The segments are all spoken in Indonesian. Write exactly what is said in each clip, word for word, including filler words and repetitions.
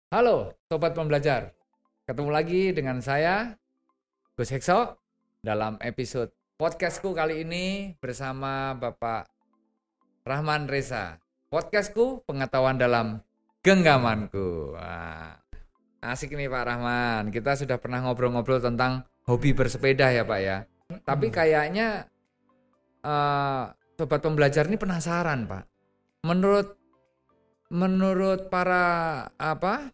Halo Sobat Pembelajar, ketemu lagi dengan saya, Gus Hekso, dalam episode podcastku kali ini bersama Bapak Rahman Reza. Podcastku, pengetahuan dalam genggamanku. Wah, asik nih Pak Rahman, kita sudah pernah ngobrol-ngobrol tentang hobi bersepeda ya Pak ya. Tapi kayaknya uh, Sobat Pembelajar ini penasaran Pak. Menurut menurut para apa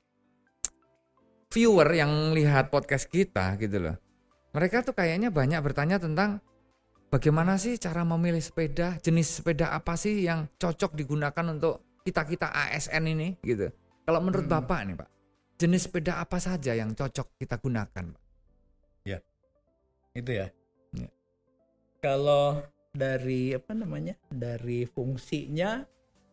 viewer yang lihat podcast kita gitu loh, mereka tuh kayaknya banyak bertanya tentang bagaimana sih cara memilih sepeda, jenis sepeda apa sih yang cocok digunakan untuk kita-kita A S N ini gitu. Kalau menurut hmm. Bapak nih Pak, jenis sepeda apa saja yang cocok kita gunakan Pak? Ya, itu ya, ya. Kalau dari apa namanya, dari fungsinya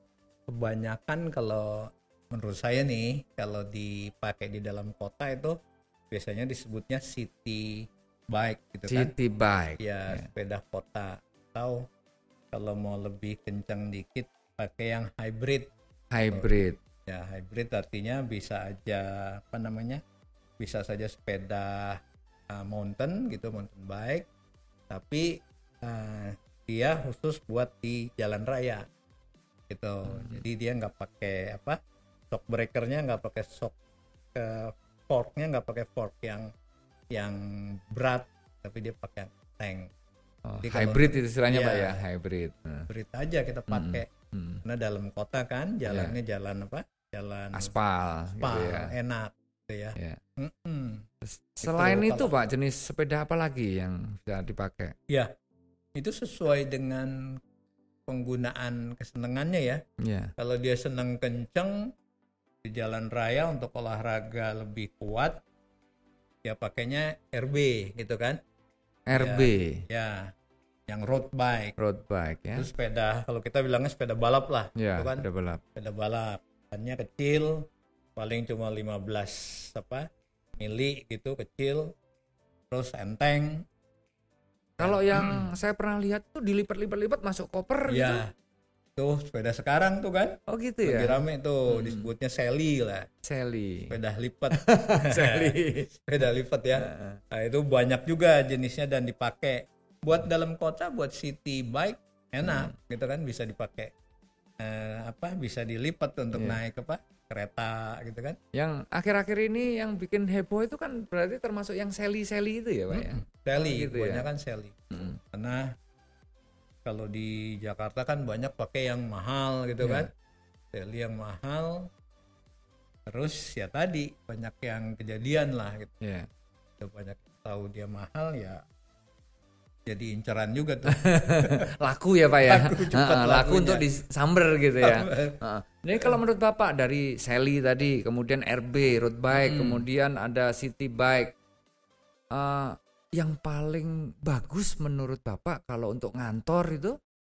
kebanyakan kalau menurut saya nih, kalau dipakai di dalam kota itu biasanya disebutnya city bike gitu kan. City bike. Ya, yeah. Sepeda kota. Atau kalau mau lebih kencang dikit pakai yang hybrid. Hybrid. So, ya, hybrid artinya bisa aja apa namanya? Bisa saja sepeda uh, mountain gitu, mountain bike. Tapi uh, dia khusus buat di jalan raya. Gitu. Hmm. Jadi dia nggak pakai apa? Shock breakernya nggak pakai shock uh, forknya nggak pakai fork yang yang berat, tapi dia pakai tank. Oh, hybrid itu istilahnya ya, Pak ya, hybrid. Hybrid aja kita pakai. Hmm. Hmm. Karena dalam kota kan jalannya yeah. jalan apa? Jalan aspal, aspal gitu ya. Enak, gitu ya. Yeah. Mm-hmm. Selain itu, itu Pak, jenis sepeda apa lagi yang bisa dipakai? Ya, itu sesuai dengan penggunaan kesenangannya ya. Yeah. Kalau dia senang kenceng di jalan raya untuk olahraga lebih kuat, ya pakainya R B gitu kan. R B. Ya, ya yang road bike. Road bike ya. Itu sepeda, kalau kita bilangnya sepeda balap lah. Ya, gitu kan? sepeda balap. Sepeda balap. Bannya kecil, paling cuma lima belas apa mili gitu, kecil. Terus enteng. Kalau yang hmm. saya pernah lihat tuh dilipat-lipat-lipat masuk koper ya. gitu. Tuh sepeda sekarang tuh kan. Oh gitu ya. Lebih rame tuh, hmm. disebutnya Sally lah. Sally. Sepeda lipat. Sally. Sepeda lipat ya. Nah, itu banyak juga jenisnya dan dipakai. Buat dalam kota, buat city bike enak, hmm. gitu kan, bisa dipakai. Eh, apa? Bisa dilipat untuk yeah. naik apa? Kereta gitu kan. Yang akhir-akhir ini yang bikin heboh itu kan berarti termasuk yang Sally-Sally itu ya Pak hmm. ya. Sally, gitu banyak ya? kan Sally. Hmm. Karena kalau di Jakarta kan banyak pakai yang mahal gitu yeah. kan. Sally yang mahal. Terus ya tadi banyak yang kejadian lah gitu. Yeah. Banyak tahu dia mahal ya jadi inceran juga tuh. Laku ya Pak ya. Laku, uh, laku untuk disamber gitu ya. uh. Ini kalau menurut Bapak dari Sally tadi, kemudian R B road bike, hmm. kemudian ada city bike. Uh, yang paling bagus menurut Bapak kalau untuk ngantor itu,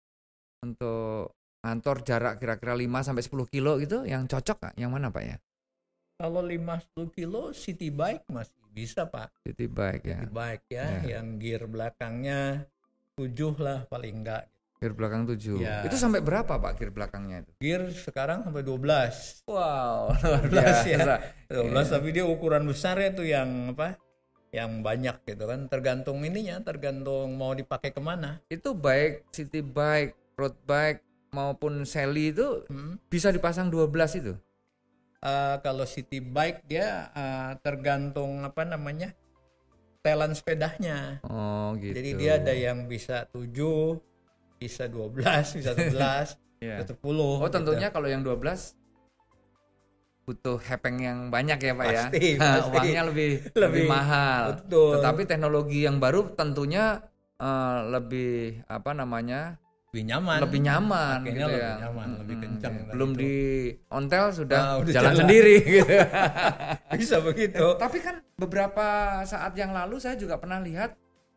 untuk ngantor jarak kira-kira lima sampai sepuluh kilo gitu, yang cocok gak? Yang mana Pak ya? Kalau lima sampai sepuluh kilo city bike masih bisa Pak. City bike ya. City bike ya, yeah. Yang gear belakangnya tujuh lah paling enggak. Gear belakang tujuh. Ya. Itu sampai berapa Pak gear belakangnya itu? Gear sekarang sampai dua belas. Wow, luar biasa. Ya. dua belas yeah. Tapi dia ukuran besarnya tuh yang apa? Yang banyak gitu kan, tergantung ininya, tergantung mau dipakai kemana. Itu baik city bike, road bike maupun Sally itu hmm. bisa dipasang dua belas itu? Uh, kalau city bike dia uh, tergantung apa namanya telan sepedanya. Oh gitu. Jadi dia ada yang bisa tujuh, bisa dua belas, bisa sebelas, yeah. bisa sepuluh. Oh tentunya gitu. Kalau yang dua belas butuh hepeng yang banyak ya Pak pasti, ya. Pasti. Uangnya lebih, lebih lebih mahal. Betul. Tetapi teknologi yang baru tentunya uh, lebih apa namanya? lebih nyaman, lebih nyaman gitu lebih ya. nyaman, hmm, lebih kencang. Belum itu. Di ontel sudah, nah, udah jalan, jalan sendiri gitu. Bisa begitu. Eh, tapi kan beberapa saat yang lalu saya juga pernah lihat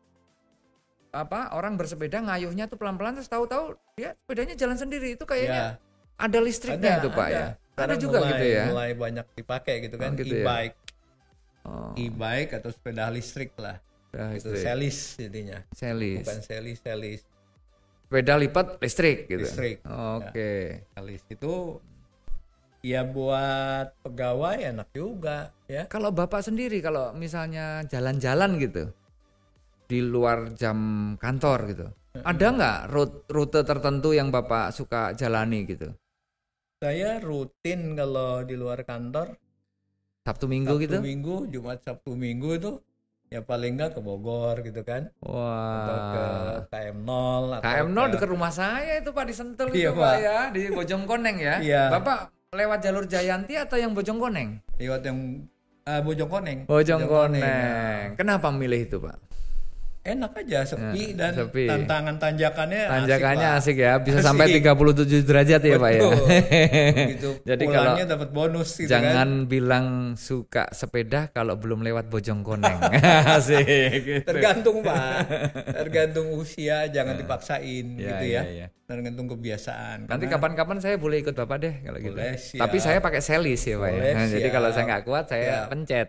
apa orang bersepeda ngayuhnya tuh pelan-pelan terus tahu-tahu dia sepedanya jalan sendiri. Itu kayaknya ya. Ada listriknya ada, itu Pak ada. ya. Sekarang ada juga mulai, gitu ya. Mulai banyak dipakai gitu kan, oh, gitu e-bike. Ya? Oh. E-bike atau sepeda listrik lah. Sepeda itu Selis jadinya. Selis. Bukan Selis, Selis. Sepeda lipat listrik gitu. Listrik. Oke. Okay. Ya. Selis itu Ya buat pegawai enak juga ya. Kalau Bapak sendiri kalau misalnya jalan-jalan gitu di luar jam kantor gitu, ada nggak rute, rute tertentu yang Bapak suka jalani gitu? Saya rutin kalau di luar kantor Sabtu Minggu Sabtu gitu? Minggu, Jumat Sabtu Minggu itu ya paling nggak ke Bogor gitu kan, atau ke Wah, K M nol K atau M nol ke dekat rumah saya itu Pak, di Sentul Iya, itu Pak Pak. ya, di Bojongkoneng ya. Iya. Bapak lewat jalur Jayanti atau yang Bojongkoneng? lewat yang ah, Bojongkoneng. Bojongkoneng. ya. Kenapa milih itu Pak? Enak aja, sepi Ya, dan sepi. tantangan tanjakannya Tanjakannya asik, asik Pak. ya, bisa Asik. sampai tiga puluh tujuh derajat ya Pak ya. Betul. Begitu Jadi pulangnya kalau dapat bonus gitu jangan kan. bilang suka sepeda kalau belum lewat Bojongkoneng. Asik gitu. Tergantung Pak, tergantung usia, jangan dipaksain Ya, gitu ya, ya. ya. Tergantung kebiasaan. Nanti Karena kapan-kapan saya boleh ikut Bapak deh kalau gitu. Boleh, siap. Tapi saya pakai selis ya Pak ya. Boleh, Nah, jadi siap. kalau saya nggak kuat saya Siap. pencet.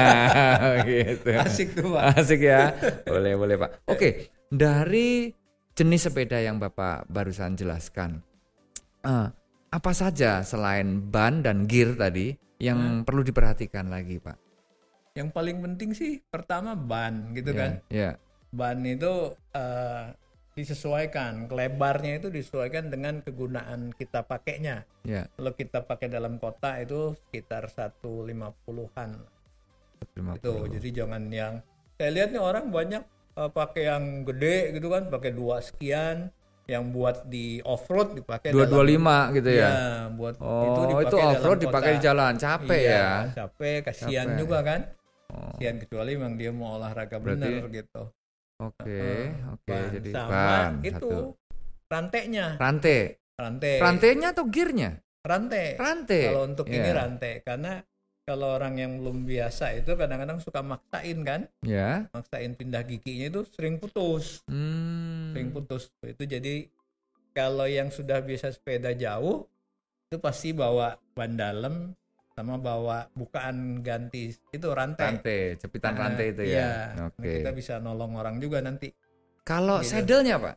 Gitu. asik tuh Pak. Asik ya. Boleh, boleh Pak. Oke, dari jenis sepeda yang Bapak barusan jelaskan, eh, apa saja selain ban dan gear tadi yang perlu diperhatikan lagi Pak? Yang paling penting sih pertama ban gitu kan. Ya, Ban itu eh, disesuaikan, lebarnya itu disesuaikan dengan kegunaan kita pakainya. ya. Kalau kita pakai dalam kota itu sekitar seratus lima puluhan lima itu. puluh. Jadi jangan yang saya lihat nih orang banyak eh, pakai yang gede gitu kan, pakai dua sekian, yang buat di off road dipakai dua ratus dua puluh lima dalam, gitu ya. ya, buat Oh, itu dipakai itu off road dalam dipakai kota. di jalan, capek Iya, ya. capek, kasihan Capek. juga kan. Oh, Kasihan kecuali memang dia mau olahraga Berarti bener gitu. Oke, Heeh, oke. ban. Jadi sama ban itu satu. rantainya, Rantai. rantai, Rantainya atau gearnya? rantai. Rantai. Kalau untuk ini Ya. rantai, karena kalau orang yang belum biasa itu kadang-kadang suka maksain kan, Ya. maksain pindah giginya itu sering putus, Hmm. sering putus. Itu jadi kalau yang sudah biasa sepeda jauh itu pasti bawa ban dalam sama bawa bukaan ganti itu rantai. Rantai, jepitan Nah, rantai itu iya. ya. Nah, Oke. kita bisa nolong orang juga nanti. Kalau Gitu. saddle-nya, Pak?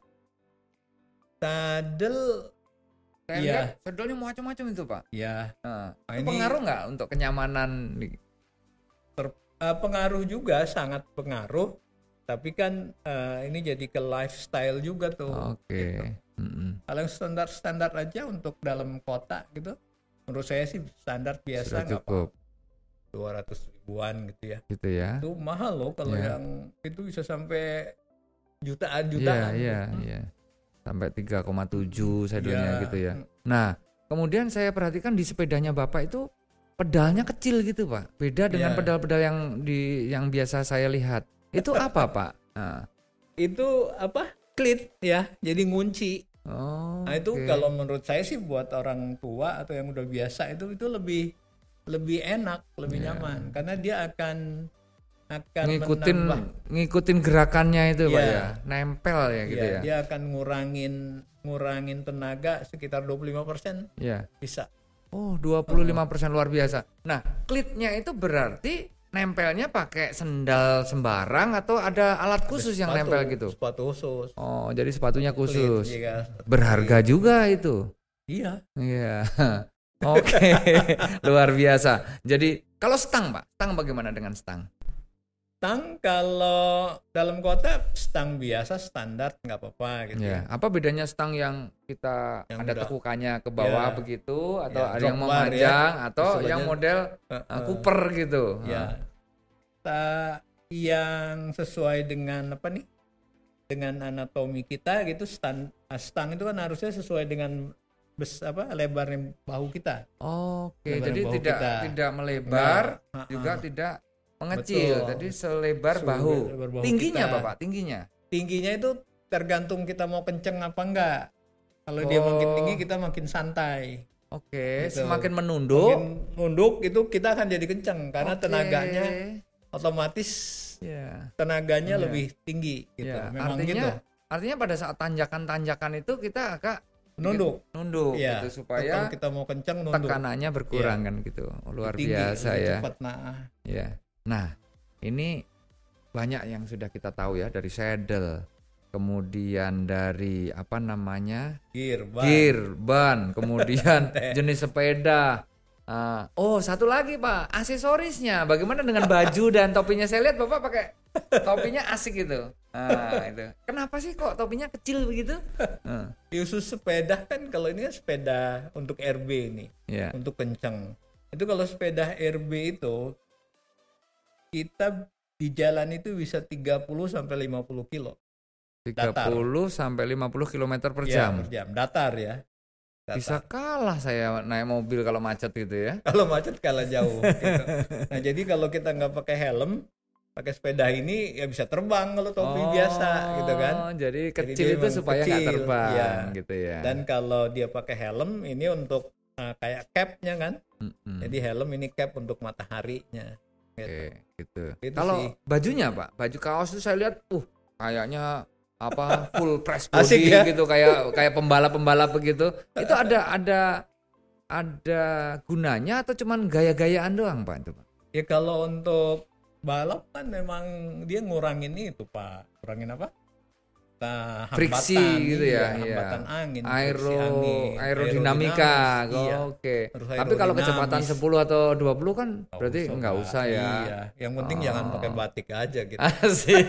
Saddle Saya Iya. lihat saddle-nya macam-macam itu, Pak. ya Nah, Nah, itu ini- pengaruh nggak untuk kenyamanan? ter- eh, pengaruh juga, sangat pengaruh. Tapi kan eh, ini jadi ke lifestyle juga tuh. Oke. Gitu. Mm-mm. Kalau yang standar-standar aja untuk dalam kota gitu, menurut saya sih standar biasa Sudah nggak cukup apa dua ratus ribuan gitu ya. gitu ya. Itu mahal loh kalau Ya. yang itu bisa sampai jutaan Iya, jutaan. iya, Hmm. iya. Sampai tiga koma tujuh saddle-nya Iya. gitu ya. Nah, kemudian saya perhatikan di sepedanya Bapak itu pedalnya kecil gitu, Pak. Beda dengan Iya. pedal-pedal yang di yang biasa saya lihat. Itu apa, Pak? Nah. Itu apa? Klit ya, jadi ngunci. Oh. Nah itu oke. kalau menurut saya sih buat orang tua atau yang udah biasa itu itu lebih lebih enak, lebih Iya. nyaman karena dia akan akan ngikutin menambah, ngikutin gerakannya itu, Pak Iya. ya. Nempel ya gitu ya, ya. dia akan ngurangin ngurangin tenaga sekitar dua puluh lima persen Iya. bisa. Oh, dua puluh lima persen luar biasa. Nah, klitnya itu berarti nempelnya pakai sendal sembarang atau ada alat khusus yang Sepatu, nempel gitu? Sepatu khusus. Oh, jadi sepatunya Klit, khusus. iya. Berharga juga itu. Iya. Iya. Oke, luar biasa. Jadi kalau stang, Pak, stang bagaimana dengan stang? Stang kalau dalam kota stang biasa standar nggak apa-apa gitu Ya, ya. apa bedanya stang yang kita Yang ada udah- tekukannya ke bawah Ya. begitu atau Ya, ada drop yang bar memanjang ya. atau Istilahnya- yang model Uh, uh, uh, Cooper gitu? Ya. Ta- yang sesuai dengan apa nih? Dengan anatomi kita gitu, stan, stang itu kan harusnya sesuai dengan bes apa lebarnya bahu kita. Oke, Lebar jadi bahu tidak kita. tidak melebar, Nah, juga uh-uh. tidak mengecil. Betul. Jadi selebar Selebar bahu. bahu Tingginya, kita. Bapak, tingginya. Tingginya itu tergantung kita mau kenceng apa enggak. Kalau dia makin Oh. tinggi kita makin santai. Oke, Gitu. semakin menunduk. Makin nunduk itu kita akan jadi kenceng karena Oke. tenaganya otomatis Ya. tenaganya Iya. lebih tinggi gitu. Ya, Memang artinya gitu. artinya pada saat tanjakan-tanjakan itu kita agak Nunduk. nunduk Iya. gitu Kalau supaya kita mau kenceng nunduk. tekanannya berkurang kan gitu. Luar Tinggi, biasa lebih ya. cepat. Nah, Ya. Nah, ini banyak yang sudah kita tahu ya dari saddle, kemudian dari apa namanya? gear, ban. gear, ban, kemudian Rantai. jenis sepeda, Uh, oh satu lagi Pak, aksesorisnya. Bagaimana dengan baju dan topinya? Saya lihat Bapak pakai topinya asik gitu. Nah, itu. Kenapa sih kok topinya kecil begitu? Uh. Khusus sepeda kan, kalau ini kan sepeda untuk R B ini, yeah. untuk kenceng. Itu kalau sepeda R B itu kita di jalan itu bisa tiga puluh sampai lima puluh kilo. tiga puluh sampai lima puluh kilometer per ya, jam. per jam. Datar ya. Datar. Bisa kalah saya naik mobil kalau macet gitu ya. Kalau macet kalah jauh gitu. Nah, jadi kalau kita nggak pakai helm, pakai sepeda ini ya bisa terbang kalau topi oh, biasa gitu kan. Jadi kecil jadi itu supaya nggak terbang ya. Gitu ya. Dan kalau dia pakai helm ini untuk uh, kayak cap-nya kan. Mm-hmm. Jadi helm ini cap untuk mataharinya. Gitu. Oke, gitu. Itu kalau sih. Bajunya Pak, baju kaos itu saya lihat, uh kayaknya apa full press body ya? Gitu, kayak kayak pembalap-pembalap begitu. Itu ada ada ada gunanya atau cuman gaya-gayaan doang Pak itu Pak? Ya kalau untuk balap kan memang dia ngurangin itu Pak, ngurangin apa? Nah, friksi gitu ya, hambatan ya. Angin, aero angin, aerodinamika. Oh, iya. Oke. Okay. Tapi kalau kecepatan sepuluh atau dua puluh kan nggak berarti usah, nggak usah ya. Iya. Yang penting oh. jangan pakai batik aja gitu. Asik.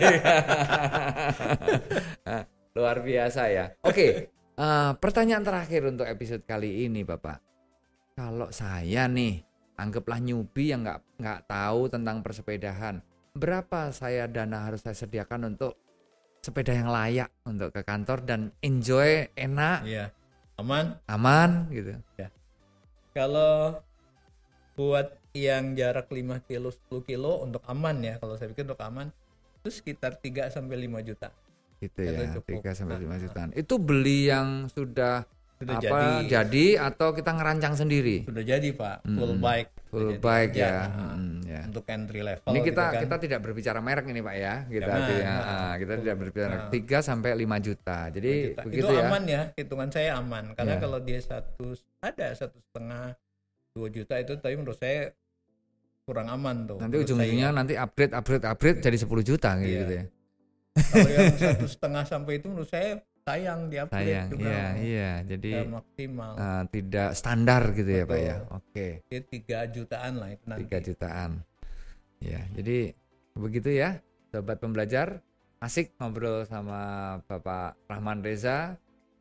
Luar biasa ya. Oke. Okay. Uh, pertanyaan terakhir untuk episode kali ini Bapak. Kalau saya nih, anggaplah newbie yang nggak nggak tahu tentang persepedahan, berapa saya dana harus saya sediakan untuk sepeda yang layak untuk ke kantor dan enjoy, enak, iya. aman, aman gitu. Ya. Kalau buat yang jarak lima kilo, sepuluh kilo untuk aman ya, kalau saya pikir untuk aman itu sekitar tiga sampai lima juta. Gitu ya, tiga sampai lima jutaan. Itu beli yang sudah Sudah apa jadi. jadi atau kita ngerancang sendiri? Sudah jadi Pak, full hmm. bike. Full bike ya. Nah, hmm, ya. Untuk entry level. Ini kita gitu kan. kita tidak berbicara merek ini Pak ya. Kita Jangan, tidak, nah, nah, kita full, tidak berbicara nah. tiga sampai lima juta. Jadi juta. begitu itu ya. aman ya, hitungan saya aman. Karena ya. kalau dia satu ada satu setengah dua juta itu, tapi menurut saya kurang aman tuh. Nanti ujung-ujungnya nanti upgrade upgrade upgrade jadi sepuluh juta gitu, iya. gitu ya. Kalau yang satu setengah sampai itu menurut saya sayang di upgrade sayang, juga. Iya, iya. Jadi maksimal. Uh, tidak standar gitu. Betul. Ya Pak ya. Oke. Dia tiga jutaan lah itu nanti. tiga jutaan. Ya, jadi begitu ya, sobat pembelajar. Asik ngobrol sama Bapak Rahman Reza.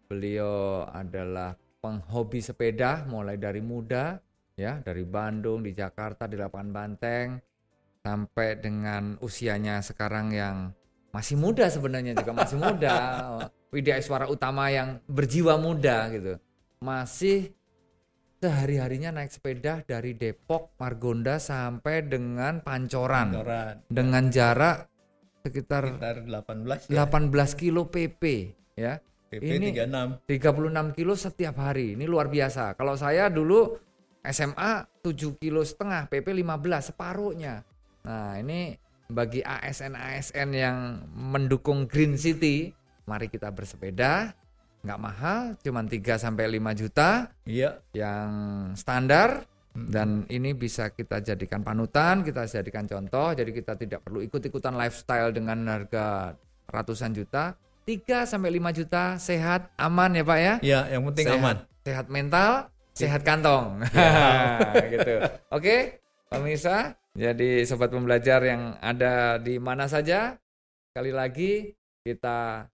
Beliau adalah penghobi sepeda mulai dari muda ya, dari Bandung, di Jakarta, di lapangan Banteng sampai dengan usianya sekarang yang masih muda, sebenarnya juga masih muda. Widya Iswara Utama yang berjiwa muda gitu. Masih sehari-harinya naik sepeda dari Depok, Margonda sampai dengan Pancoran. Pancoran. Dengan jarak sekitar, sekitar delapan belas ya. delapan belas kilo P P ya. P P ini tiga puluh enam. tiga puluh enam kilo setiap hari. Ini luar biasa. Kalau saya dulu S M A tujuh kilo setengah, P P lima belas, separuhnya. Nah, ini bagi A S N-A S N yang mendukung Green City, mari kita bersepeda, nggak mahal, cuma tiga sampai lima juta, iya. yang standar, hmm. dan ini bisa kita jadikan panutan, kita jadikan contoh, jadi kita tidak perlu ikut-ikutan lifestyle dengan harga ratusan juta, tiga sampai lima juta, sehat, aman ya Pak ya? Iya, yang penting sehat, aman. Sehat mental, sehat kantong, ya. Gitu. Oke, pemirsa. Jadi sobat pembelajar yang ada di mana saja, sekali lagi kita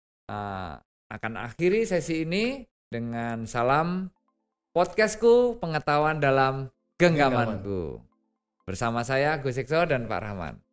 uh, akan akhiri sesi ini dengan salam podcastku, pengetahuan dalam genggamanku. Bersama saya Gus Hekso dan Pak Rahman.